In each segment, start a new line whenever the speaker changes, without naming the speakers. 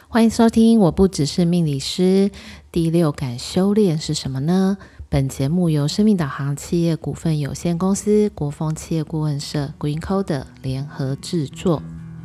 欢迎收听我不只是命理师。第六感修炼是什么呢？本节目由生命导航企业股份有限公司、国风企业顾问社 GreenCoder 联合制作。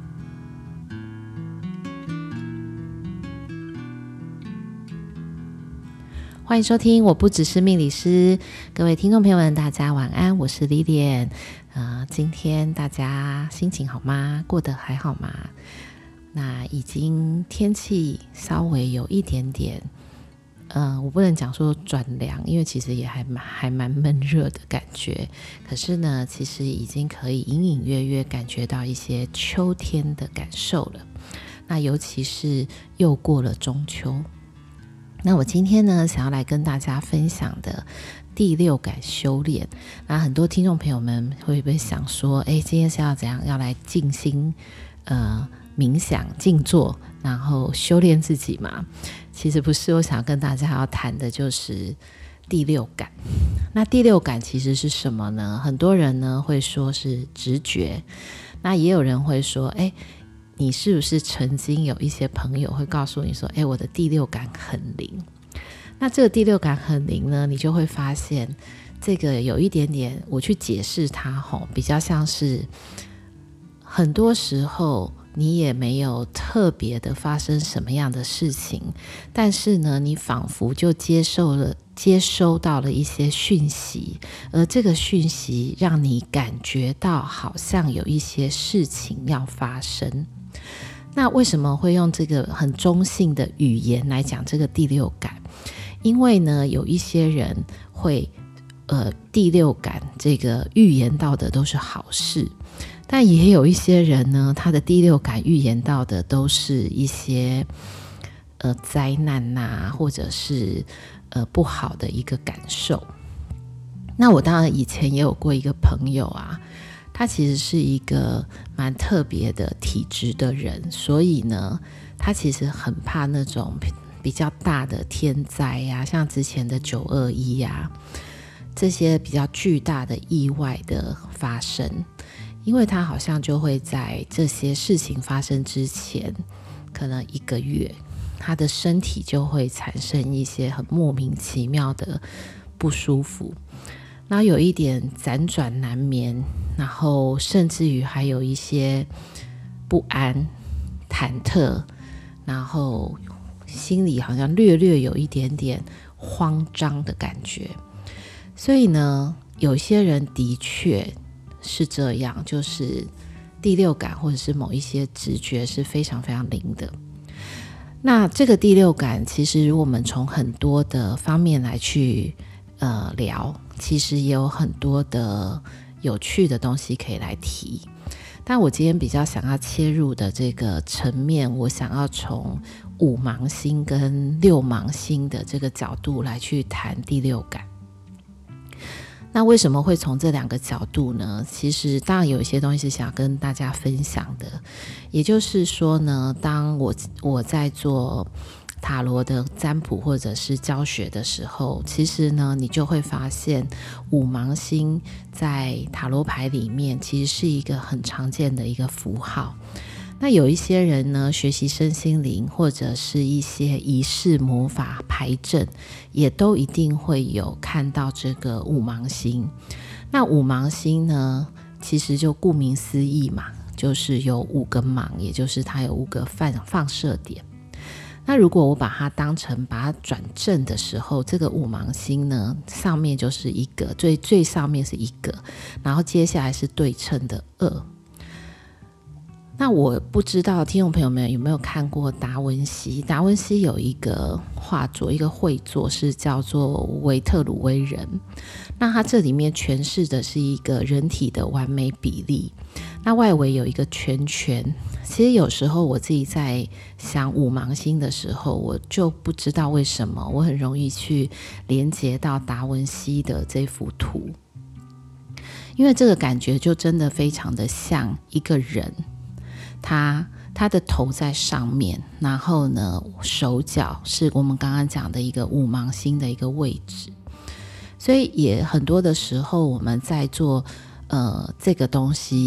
欢迎收听我不只是命理师。各位听众朋友们，大家晚安，我是 Lilian。今天大家心情好吗？过得还好吗？那已经天气稍微有一点点我不能讲说转凉，因为其实也还蛮闷热的感觉。可是呢，其实已经可以隐隐约约感觉到一些秋天的感受了。那尤其是又过了中秋。那我今天呢，想要来跟大家分享的第六感修炼。那很多听众朋友们会不会想说，今天是要怎样，要来静心冥想静坐，然后修炼自己嘛？其实不是，我想要跟大家要谈的就是第六感。那第六感其实是什么呢？很多人呢会说是直觉，那也有人会说，你是不是曾经有一些朋友会告诉你说，我的第六感很灵？那这个第六感很灵呢，你就会发现这个有一点点，我去解释它比较像是很多时候你也没有特别的发生什么样的事情，但是呢，你仿佛就接收到了一些讯息，而这个讯息让你感觉到好像有一些事情要发生。那为什么会用这个很中性的语言来讲这个第六感？因为呢，有一些人会第六感这个预言到的都是好事，但也有一些人呢，他的第六感预言到的都是一些灾难啊，或者是不好的一个感受。那我当然以前也有过一个朋友啊，他其实是一个蛮特别的体质的人，所以呢，他其实很怕那种比较大的天灾啊，像之前的921啊，这些比较巨大的意外的发生。因为他好像就会在这些事情发生之前，可能1个月，他的身体就会产生一些很莫名其妙的不舒服，然后有一点辗转难眠，然后甚至于还有一些不安、忐忑，然后心里好像略略有一点点慌张的感觉。所以呢，有些人的确是这样，就是第六感或者是某一些直觉是非常非常灵的。那这个第六感其实如果我们从很多的方面来去聊，其实也有很多的有趣的东西可以来提。但我今天比较想要切入的这个层面，我想要从五芒星跟六芒星的这个角度来去谈第六感。那为什么会从这两个角度呢？其实当然有一些东西是想跟大家分享的，也就是说呢，当我在做塔罗的占卜或者是教学的时候，其实呢，你就会发现五芒星在塔罗牌里面其实是一个很常见的一个符号。那有一些人呢，学习身心灵或者是一些仪式魔法牌阵，也都一定会有看到这个五芒星。那五芒星呢，其实就顾名思义嘛，就是有5个芒，也就是它有5个放射点。那如果我把它转正的时候，这个五芒星呢，上面就是一个，最上面是1个，然后接下来是对称的2。那我不知道听众朋友们有没有看过达文西有一个画作，一个绘作是叫做维特鲁威人。那它这里面诠释的是一个人体的完美比例，那外围有一个圈圈。其实有时候我自己在想五芒星的时候，我就不知道为什么我很容易去连接到达文西的这幅图，因为这个感觉就真的非常的像一个人，他的头在上面，然后呢，手脚是我们刚刚讲的一个五芒星的一个位置。所以也很多的时候我们在做这个东西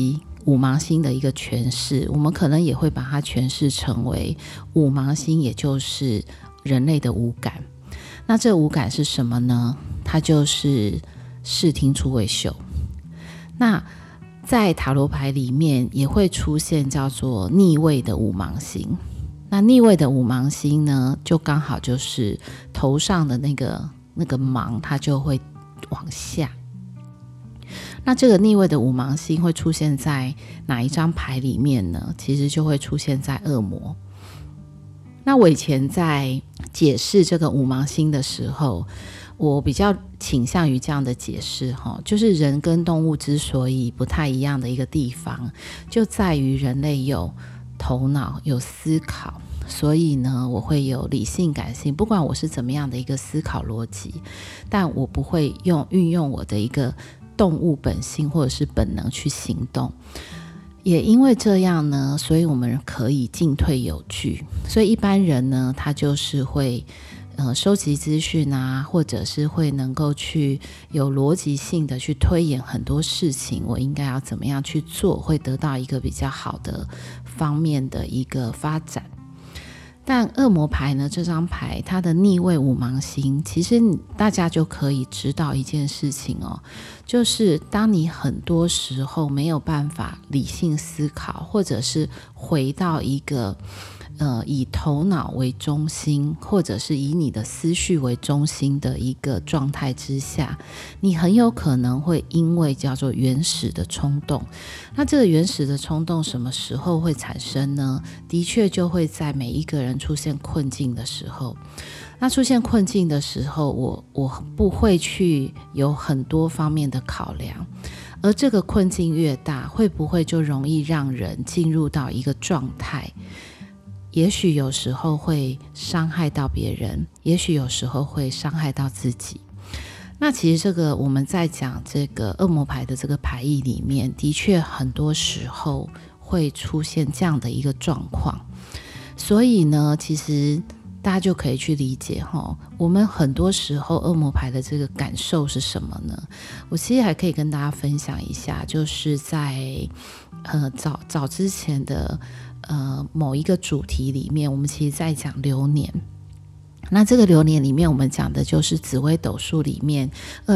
五芒星的一个诠释，我们可能也会把它诠释成为五芒星，也就是人类的五感。那这五感是什么呢？它就是视听触味嗅。那在塔罗牌里面也会出现叫做逆位的五芒星。那逆位的五芒星呢，就刚好就是头上的那个芒，它就会往下。那这个逆位的五芒星会出现在哪一张牌里面呢？其实就会出现在恶魔。那我以前在解释这个五芒星的时候，我比较倾向于这样的解释，就是人跟动物之所以不太一样的一个地方，就在于人类有头脑，有思考，所以呢，我会有理性感性，不管我是怎么样的一个思考逻辑，但我不会运用我的一个动物本性或者是本能去行动。也因为这样呢，所以我们可以进退有据。所以一般人呢，他就是会收集资讯啊，或者是会能够去有逻辑性的去推演很多事情，我应该要怎么样去做，会得到一个比较好的方面的一个发展。但恶魔牌呢，这张牌它的逆位五芒星，其实大家就可以知道一件事情哦，就是当你很多时候没有办法理性思考，或者是回到一个以头脑为中心，或者是以你的思绪为中心的一个状态之下，你很有可能会因为叫做原始的冲动。那这个原始的冲动什么时候会产生呢？的确就会在每一个人出现困境的时候。那出现困境的时候，我不会去有很多方面的考量，而这个困境越大，会不会就容易让人进入到一个状态，也许有时候会伤害到别人，也许有时候会伤害到自己。那其实这个我们在讲这个恶魔牌的这个牌意里面，的确很多时候会出现这样的一个状况。所以呢，其实大家就可以去理解我们很多时候恶魔牌的这个感受是什么呢？我其实还可以跟大家分享一下，就是在早之前的某一个主题里面，我们其实在讲流年。那这个流年里面，我们讲的就是紫微斗数里面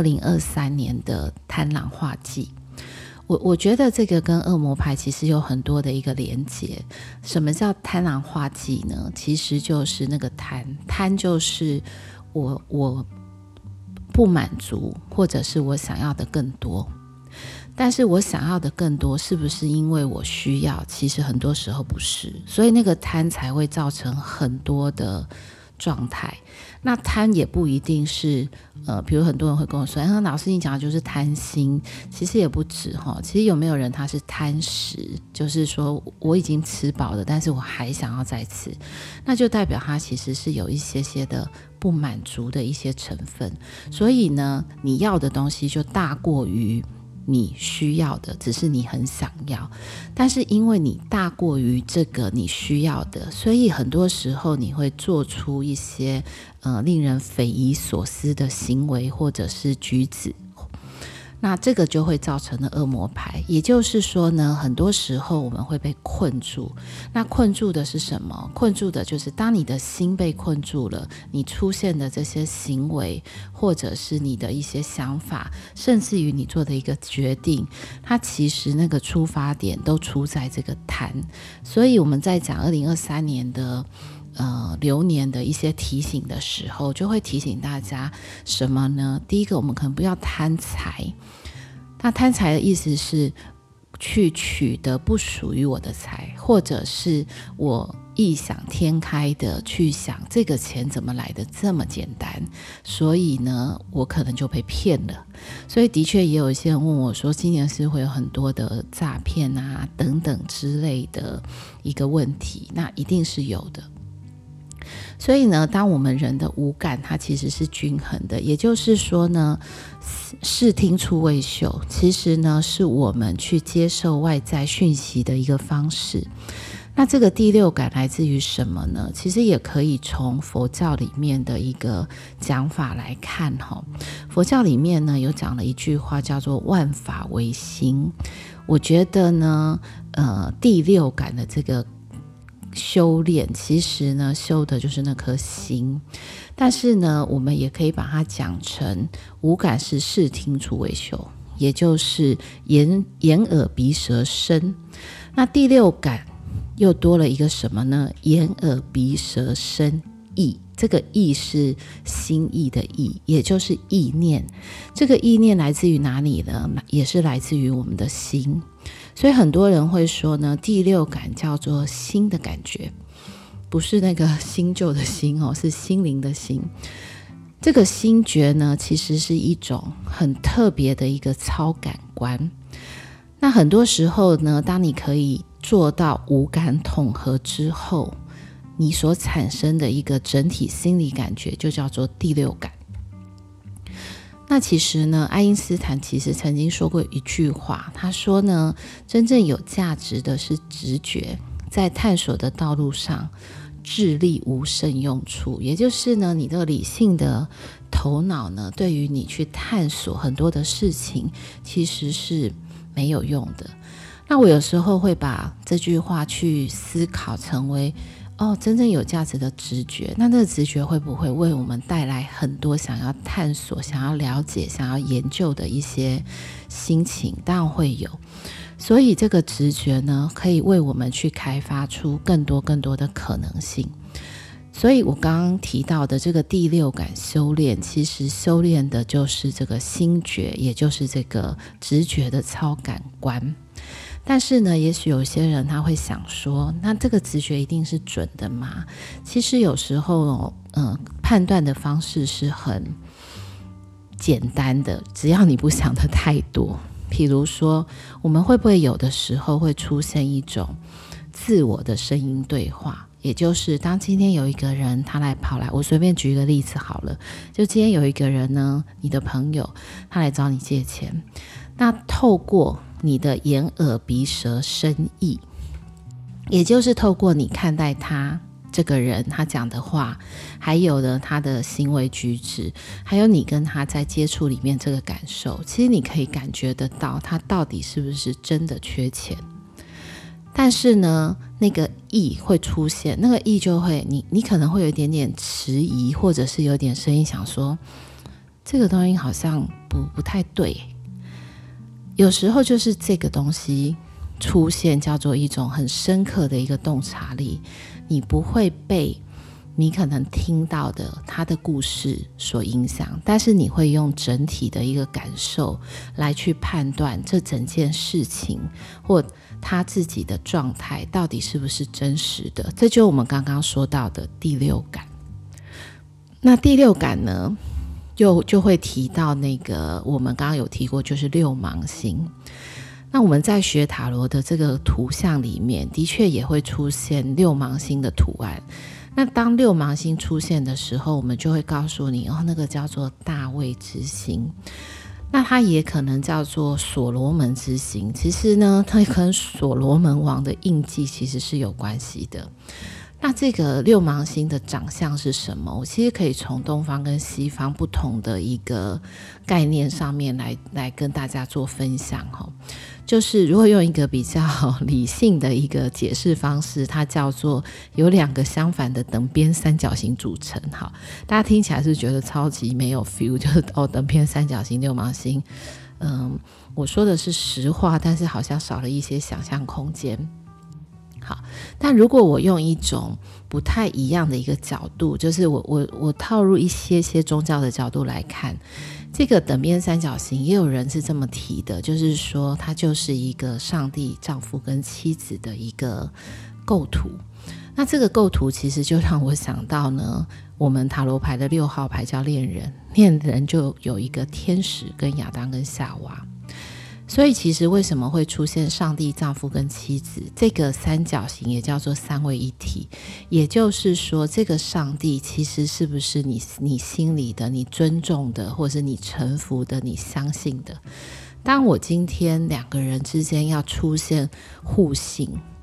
2023年的贪狼化忌。我觉得这个跟恶魔牌其实有很多的一个连结。什么叫贪狼化忌呢？其实就是那个贪就是我不满足，或者是我想要的更多。但是我想要的更多是不是因为我需要？其实很多时候不是，所以那个贪才会造成很多的状态。那贪也不一定是比如很多人会跟我说老师你讲的就是贪心，其实也不止其实有没有人他是贪食，就是说我已经吃饱了，但是我还想要再吃，那就代表他其实是有一些些的不满足的一些成分。所以呢，你要的东西就大过于你需要的，只是你很想要，但是因为你大过于这个你需要的，所以很多时候你会做出一些令人匪夷所思的行为或者是举止。那这个就会造成了恶魔牌。也就是说呢，很多时候我们会被困住。那困住的是什么？困住的就是当你的心被困住了，你出现的这些行为，或者是你的一些想法，甚至于你做的一个决定，它其实那个出发点都出在这个贪。所以我们在讲2023年的流年的一些提醒的时候，就会提醒大家什么呢？第一个，我们可能不要贪财。那贪财的意思是去取得不属于我的财，或者是我异想天开的去想这个钱怎么来的这么简单，所以呢我可能就被骗了。所以的确也有一些人问我说，今年是会有很多的诈骗啊等等之类的一个问题，那一定是有的。所以呢，当我们人的五感它其实是均衡的，也就是说呢，视听触味嗅其实呢是我们去接受外在讯息的一个方式。那这个第六感来自于什么呢？其实也可以从佛教里面的一个讲法来看佛教里面呢有讲了一句话叫做万法唯心。 我觉得呢第六感的这个修炼，其实呢修的就是那颗心，但是呢我们也可以把它讲成五感是视听触味嗅，也就是眼耳鼻舌身。那第六感又多了一个什么呢？眼耳鼻舌身意，这个意是心意的意，也就是意念。这个意念来自于哪里呢？也是来自于我们的心。所以很多人会说呢，第六感叫做心的感觉，不是那个新旧的心哦，是心灵的心。这个心觉呢，其实是一种很特别的一个超感官。那很多时候呢，当你可以做到五感统合之后，你所产生的一个整体心理感觉就叫做第六感。那其实呢，爱因斯坦其实曾经说过一句话，他说呢，真正有价值的是直觉，在探索的道路上智力无甚用处。也就是呢，你的理性的头脑呢，对于你去探索很多的事情其实是没有用的。那我有时候会把这句话去思考成为真正有价值的直觉，那这个直觉会不会为我们带来很多想要探索、想要了解、想要研究的一些心情？当然会有。所以这个直觉呢，可以为我们去开发出更多的可能性。所以我刚刚提到的这个第六感修炼，其实修炼的就是这个心觉，也就是这个直觉的超感官。但是呢，也许有些人他会想说，那这个直觉一定是准的吗？其实有时候判断的方式是很简单的，只要你不想的太多。譬如说，我们会不会有的时候会出现一种自我的声音对话，也就是当今天有一个人他跑来，我随便举一个例子好了，就今天有一个人呢，你的朋友他来找你借钱，那透过你的眼耳鼻舌身意，也就是透过你看待他这个人，他讲的话，还有呢他的行为举止，还有你跟他在接触里面这个感受，其实你可以感觉得到他到底是不是真的缺钱。但是呢，那个意会出现，那个意就会你可能会有一点点迟疑，或者是有点声音想说，这个东西好像不太对。有时候就是这个东西出现，叫做一种很深刻的一个洞察力，你不会被你可能听到的他的故事所影响，但是你会用整体的一个感受来去判断这整件事情或他自己的状态到底是不是真实的。这就是我们刚刚说到的第六感。那第六感呢，就会提到那个我们刚刚有提过，就是六芒星。那我们在学塔罗的这个图像里面，的确也会出现六芒星的图案。那当六芒星出现的时候，我们就会告诉你那个叫做大卫之星。那它也可能叫做所罗门之星。其实呢，它跟所罗门王的印记其实是有关系的。那这个六芒星的长相是什么？我其实可以从东方跟西方不同的一个概念上面来跟大家做分享。就是如果用一个比较理性的一个解释方式，它叫做有两个相反的等边三角形组成。好，大家听起来是觉得超级没有 feel， 就是等边三角形六芒星。我说的是实话，但是好像少了一些想象空间。好，但如果我用一种不太一样的一个角度，就是我套入一些宗教的角度来看，这个等边三角形也有人是这么提的，就是说它就是一个上帝丈夫跟妻子的一个构图。那这个构图其实就让我想到呢，我们塔罗牌的6号牌叫恋人，恋人就有一个天使跟亚当跟夏娃。所以其实为什么会出现上帝丈夫跟妻子这个三角形，也叫做三位一体，也就是说这个上帝其实是不是你心里的，你尊重的，或是你臣服的，你相信的。当我今天两个人之间要出现互信，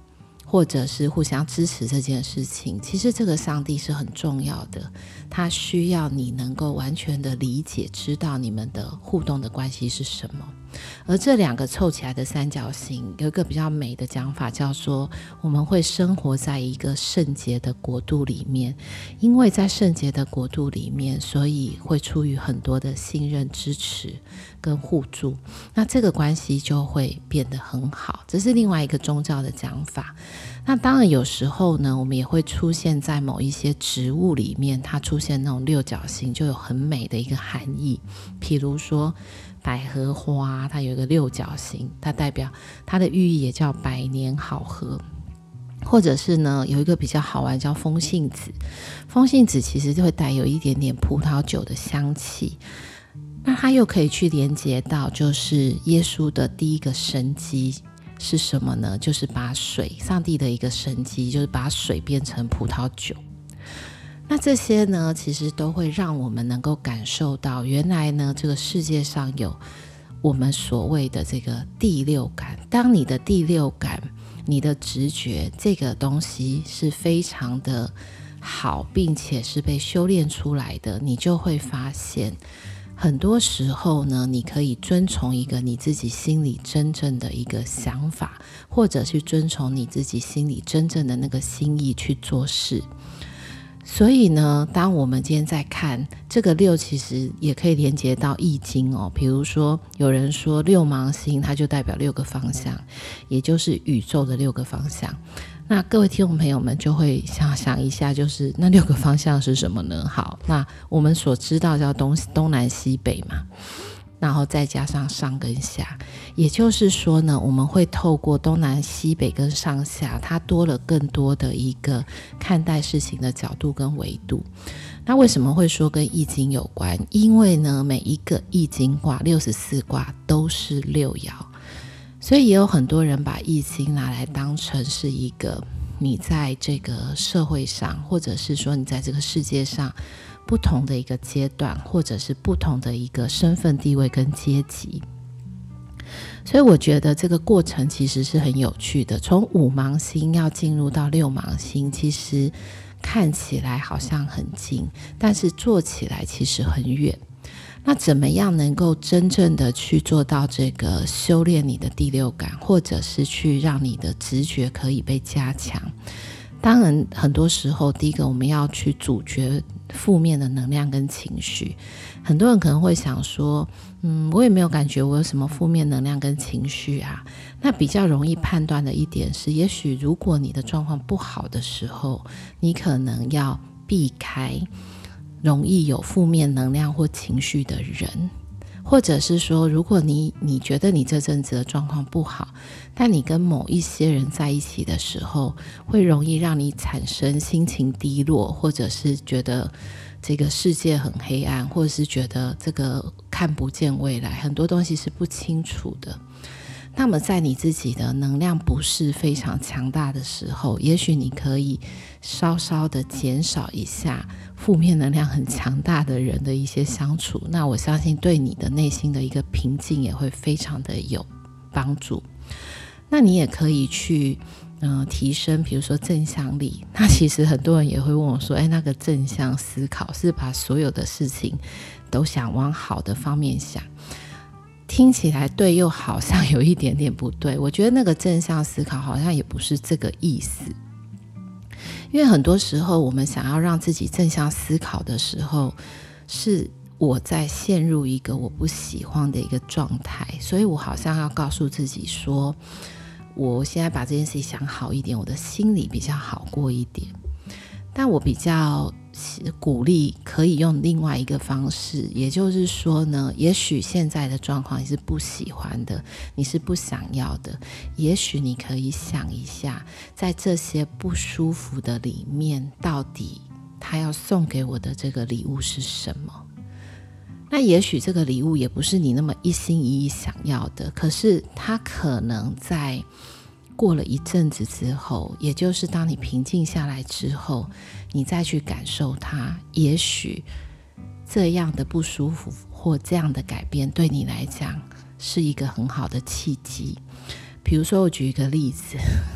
或者是互相支持这件事情，其实这个上帝是很重要的，他需要你能够完全的理解知道你们的互动的关系是什么。而这两个凑起来的三角形有一个比较美的讲法，叫做我们会生活在一个圣洁的国度里面，因为在圣洁的国度里面，所以会出于很多的信任支持跟互助，那这个关系就会变得很好。这是另外一个宗教的讲法。那当然有时候呢，我们也会出现在某一些植物里面，它出现那种六角形就有很美的一个含义。譬如说百合花，它有一个六角形，它代表它的寓意也叫百年好合。或者是呢，有一个比较好玩叫风信子，风信子其实就会带有一点点葡萄酒的香气，那它又可以去连接到就是耶稣的第一个神迹是什么呢？就是把水，上帝的一个神迹就是把水变成葡萄酒。那这些呢，其实都会让我们能够感受到，原来呢，这个世界上有我们所谓的这个第六感。当你的第六感，你的直觉，这个东西是非常的好，并且是被修炼出来的，你就会发现很多时候呢，你可以遵从一个你自己心里真正的一个想法，或者是遵从你自己心里真正的那个心意去做事。所以呢，当我们今天在看这个六，其实也可以连接到易经哦。比如说有人说六芒星，它就代表六个方向，也就是宇宙的六个方向。那各位听众朋友们就会想一下，就是那六个方向是什么呢？好，那我们所知道叫东南西北嘛，然后再加上上跟下，也就是说呢，我们会透过东南西北跟上下，它多了更多的一个看待事情的角度跟维度。那为什么会说跟易经有关？因为呢，每一个易经卦64卦都是六爻，所以也有很多人把易经拿来当成是一个你在这个社会上，或者是说你在这个世界上不同的一个阶段，或者是不同的一个身份地位跟阶级。所以我觉得这个过程其实是很有趣的，从五芒星要进入到六芒星，其实看起来好像很近，但是做起来其实很远。那怎么样能够真正的去做到这个修炼你的第六感，或者是去让你的直觉可以被加强？当然很多时候，第一个我们要去阻绝负面的能量跟情绪。很多人可能会想说，我也没有感觉我有什么负面能量跟情绪啊。那比较容易判断的一点是，也许如果你的状况不好的时候，你可能要避开容易有负面能量或情绪的人，或者是说，如果你觉得你这阵子的状况不好，但你跟某一些人在一起的时候，会容易让你产生心情低落，或者是觉得这个世界很黑暗，或者是觉得这个看不见未来，很多东西是不清楚的。那么在你自己的能量不是非常强大的时候，也许你可以稍稍的减少一下负面能量很强大的人的一些相处，那我相信对你的内心的一个平静也会非常的有帮助。那你也可以去提升比如说正向力。那其实很多人也会问我说，那个正向思考是把所有的事情都想往好的方面想，听起来对又好像有一点点不对。我觉得那个正向思考好像也不是这个意思，因为很多时候我们想要让自己正向思考的时候，是我在陷入一个我不喜欢的一个状态，所以我好像要告诉自己说，我现在把这件事情想好一点，我的心里比较好过一点。但我比较鼓励可以用另外一个方式，也就是说呢，也许现在的状况你是不喜欢的，你是不想要的，也许你可以想一下，在这些不舒服的里面，到底他要送给我的这个礼物是什么？那也许这个礼物也不是你那么一心一意想要的，可是它可能在过了一阵子之后，也就是当你平静下来之后，你再去感受它，也许这样的不舒服或这样的改变对你来讲是一个很好的契机。比如说我举一个例子，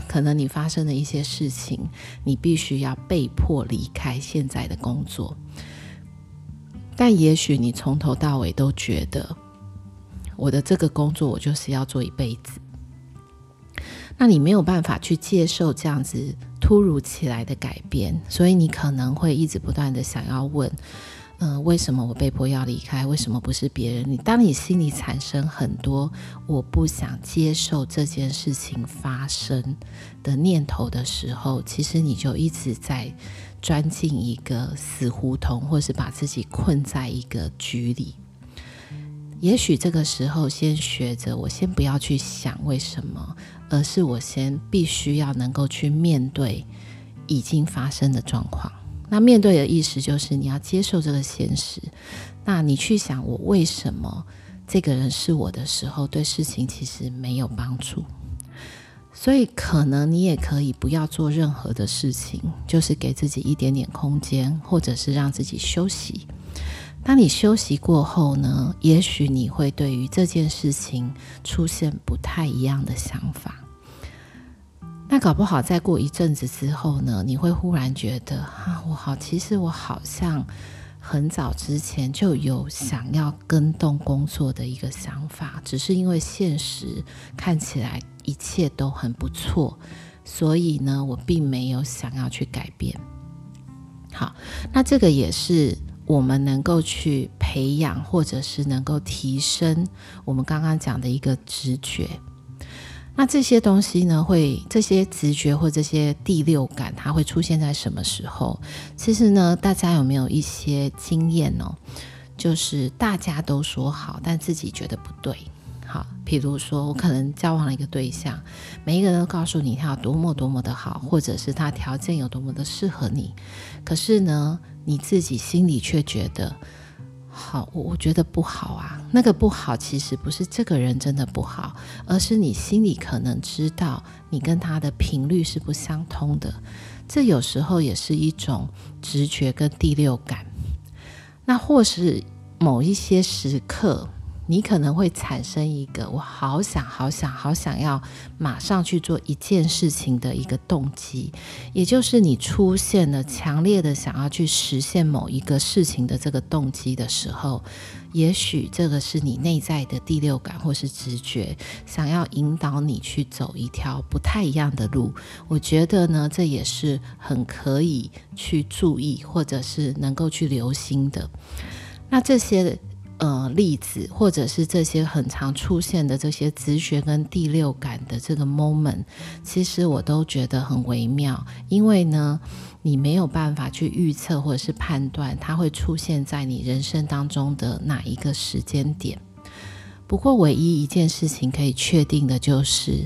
可能你发生的一些事情，你必须要被迫离开现在的工作，但也许你从头到尾都觉得我的这个工作我就是要做一辈子，那你没有办法去接受这样子突如其来的改变，所以你可能会一直不断的想要问为什么我被迫要离开？为什么不是别人？当你心里产生很多我不想接受这件事情发生的念头的时候，其实你就一直在钻进一个死胡同，或是把自己困在一个局里。也许这个时候先学着我先不要去想为什么，而是我先必须要能够去面对已经发生的状况。那面对的意思就是你要接受这个现实，那你去想我为什么这个人是我的时候，对事情其实没有帮助。所以可能你也可以不要做任何的事情，就是给自己一点点空间，或者是让自己休息。当你休息过后呢，也许你会对于这件事情出现不太一样的想法。那搞不好再过一阵子之后呢，你会忽然觉得其实我好像很早之前就有想要更动工作的一个想法，只是因为现实看起来一切都很不错，所以呢我并没有想要去改变。好，那这个也是我们能够去培养，或者是能够提升我们刚刚讲的一个直觉。那这些东西呢，这些直觉或这些第六感，它会出现在什么时候？其实呢，大家有没有一些经验哦？就是大家都说好，但自己觉得不对。好，比如说我可能交往了一个对象，每一个人都告诉你他有多么多么的好，或者是他条件有多么的适合你，可是呢，你自己心里却觉得好，我觉得不好啊。那个不好其实不是这个人真的不好，而是你心里可能知道你跟他的频率是不相通的。这有时候也是一种直觉跟第六感。那或是某一些时刻，你可能会产生一个我好想要马上去做一件事情的一个动机，也就是你出现了强烈的想要去实现某一个事情的这个动机的时候，也许这个是你内在的第六感或是直觉想要引导你去走一条不太一样的路。我觉得呢，这也是很可以去注意，或者是能够去留心的。那这些例子，或者是这些很常出现的这些直觉跟第六感的这个 moment， 其实我都觉得很微妙，因为呢，你没有办法去预测或者是判断它会出现在你人生当中的哪一个时间点。不过唯一一件事情可以确定的就是，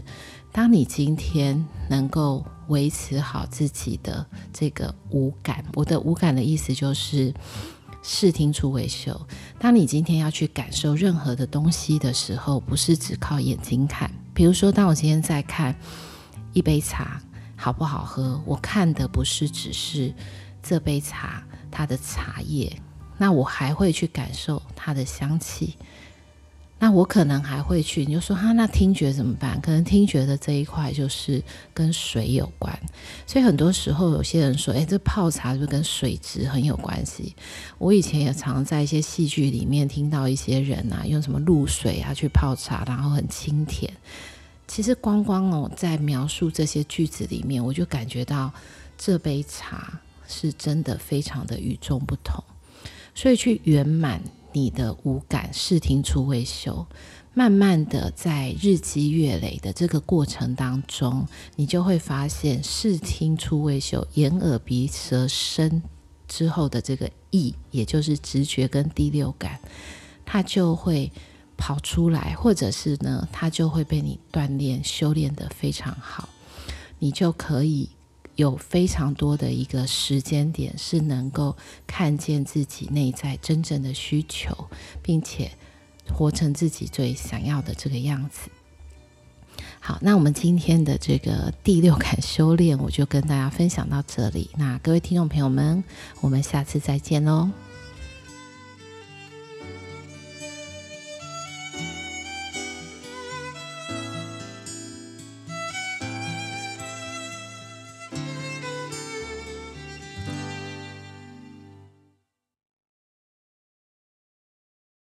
当你今天能够维持好自己的这个五感，我的五感的意思就是视听触味嗅。当你今天要去感受任何的东西的时候，不是只靠眼睛看。比如说当我今天在看一杯茶好不好喝，我看的不是只是这杯茶它的茶叶，那我还会去感受它的香气。那我可能还会去，你就说那听觉怎么办？可能听觉的这一块就是跟水有关，所以很多时候有些人说这泡茶是不是跟水质很有关系？我以前也常在一些戏剧里面听到一些人用什么露水去泡茶，然后很清甜。其实光在描述这些句子里面，我就感觉到这杯茶是真的非常的与众不同。所以去圆满你的五感，视听触味嗅，慢慢的在日积月累的这个过程当中，你就会发现视听触味嗅，眼耳鼻舌身之后的这个意，也就是直觉跟第六感，它就会跑出来，或者是呢，它就会被你锻炼修炼得非常好。你就可以有非常多的一个时间点是能够看见自己内在真正的需求，并且活成自己最想要的这个样子。好，那我们今天的这个第六感修炼，我就跟大家分享到这里。那各位听众朋友们，我们下次再见咯。